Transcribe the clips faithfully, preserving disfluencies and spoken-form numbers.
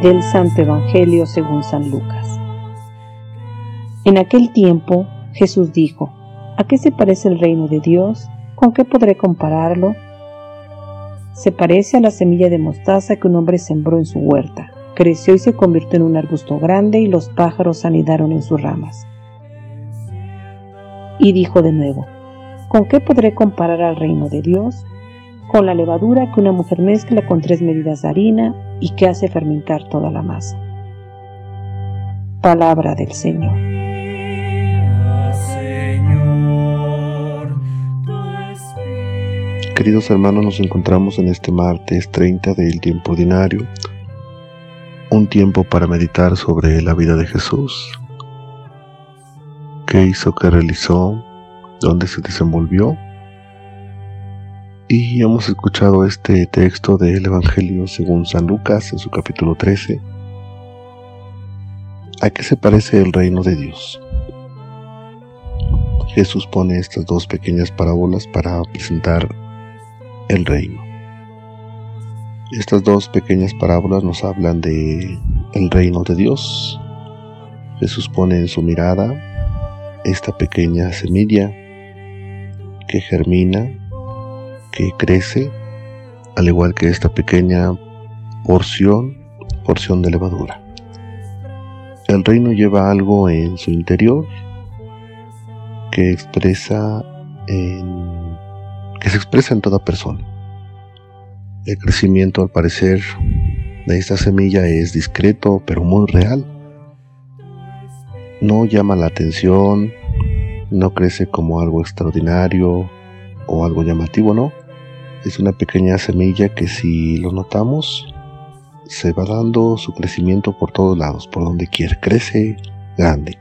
Del Santo Evangelio según San Lucas. En aquel tiempo Jesús dijo: ¿A qué se parece el reino de Dios? ¿Con qué podré compararlo? Se parece a la semilla de mostaza que un hombre sembró en su huerta. Creció y se convirtió en un arbusto grande, y los pájaros anidaron en sus ramas. Y dijo de nuevo: ¿Con qué podré comparar al reino de Dios? Con la levadura que una mujer mezcla con tres medidas de harina y que hace fermentar toda la masa. Palabra del Señor. Queridos hermanos, nos encontramos en este martes treinta del tiempo ordinario, un tiempo para meditar sobre la vida de Jesús. ¿Qué hizo, qué realizó, dónde se desenvolvió? Y hemos escuchado este texto del Evangelio según San Lucas en su capítulo trece. ¿A qué se parece el reino de Dios? Jesús pone estas dos pequeñas parábolas para presentar el reino. Estas dos pequeñas parábolas nos hablan de el reino de Dios. Jesús pone en su mirada esta pequeña semilla que germina, que crece, al igual que esta pequeña porción, porción de levadura. El reino lleva algo en su interior que expresa en que se expresa en toda persona. El crecimiento, al parecer, de esta semilla es discreto, pero muy real. No llama la atención, no crece como algo extraordinario o algo llamativo, no. Es una pequeña semilla que, si lo notamos, se va dando su crecimiento por todos lados, por donde quiere. Crece grande.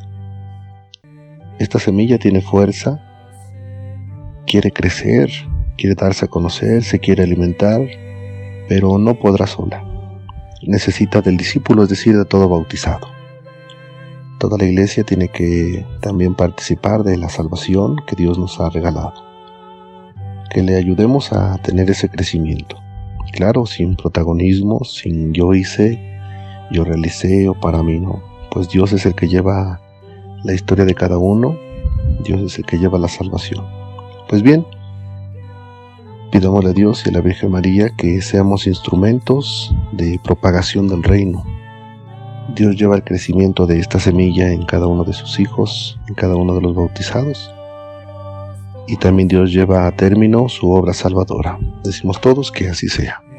Esta semilla tiene fuerza, quiere crecer, quiere darse a conocer, se quiere alimentar, pero no podrá sola. Necesita del discípulo, es decir, de todo bautizado. Toda la iglesia tiene que también participar de la salvación que Dios nos ha regalado. Que le ayudemos a tener ese crecimiento. Claro, sin protagonismo, sin yo hice, yo realicé o para mí, no. Pues Dios es el que lleva la historia de cada uno, Dios es el que lleva la salvación. Pues bien, pidámosle a Dios y a la Virgen María que seamos instrumentos de propagación del reino. Dios lleva el crecimiento de esta semilla en cada uno de sus hijos, en cada uno de los bautizados. Y también Dios lleva a término su obra salvadora. Decimos todos que así sea.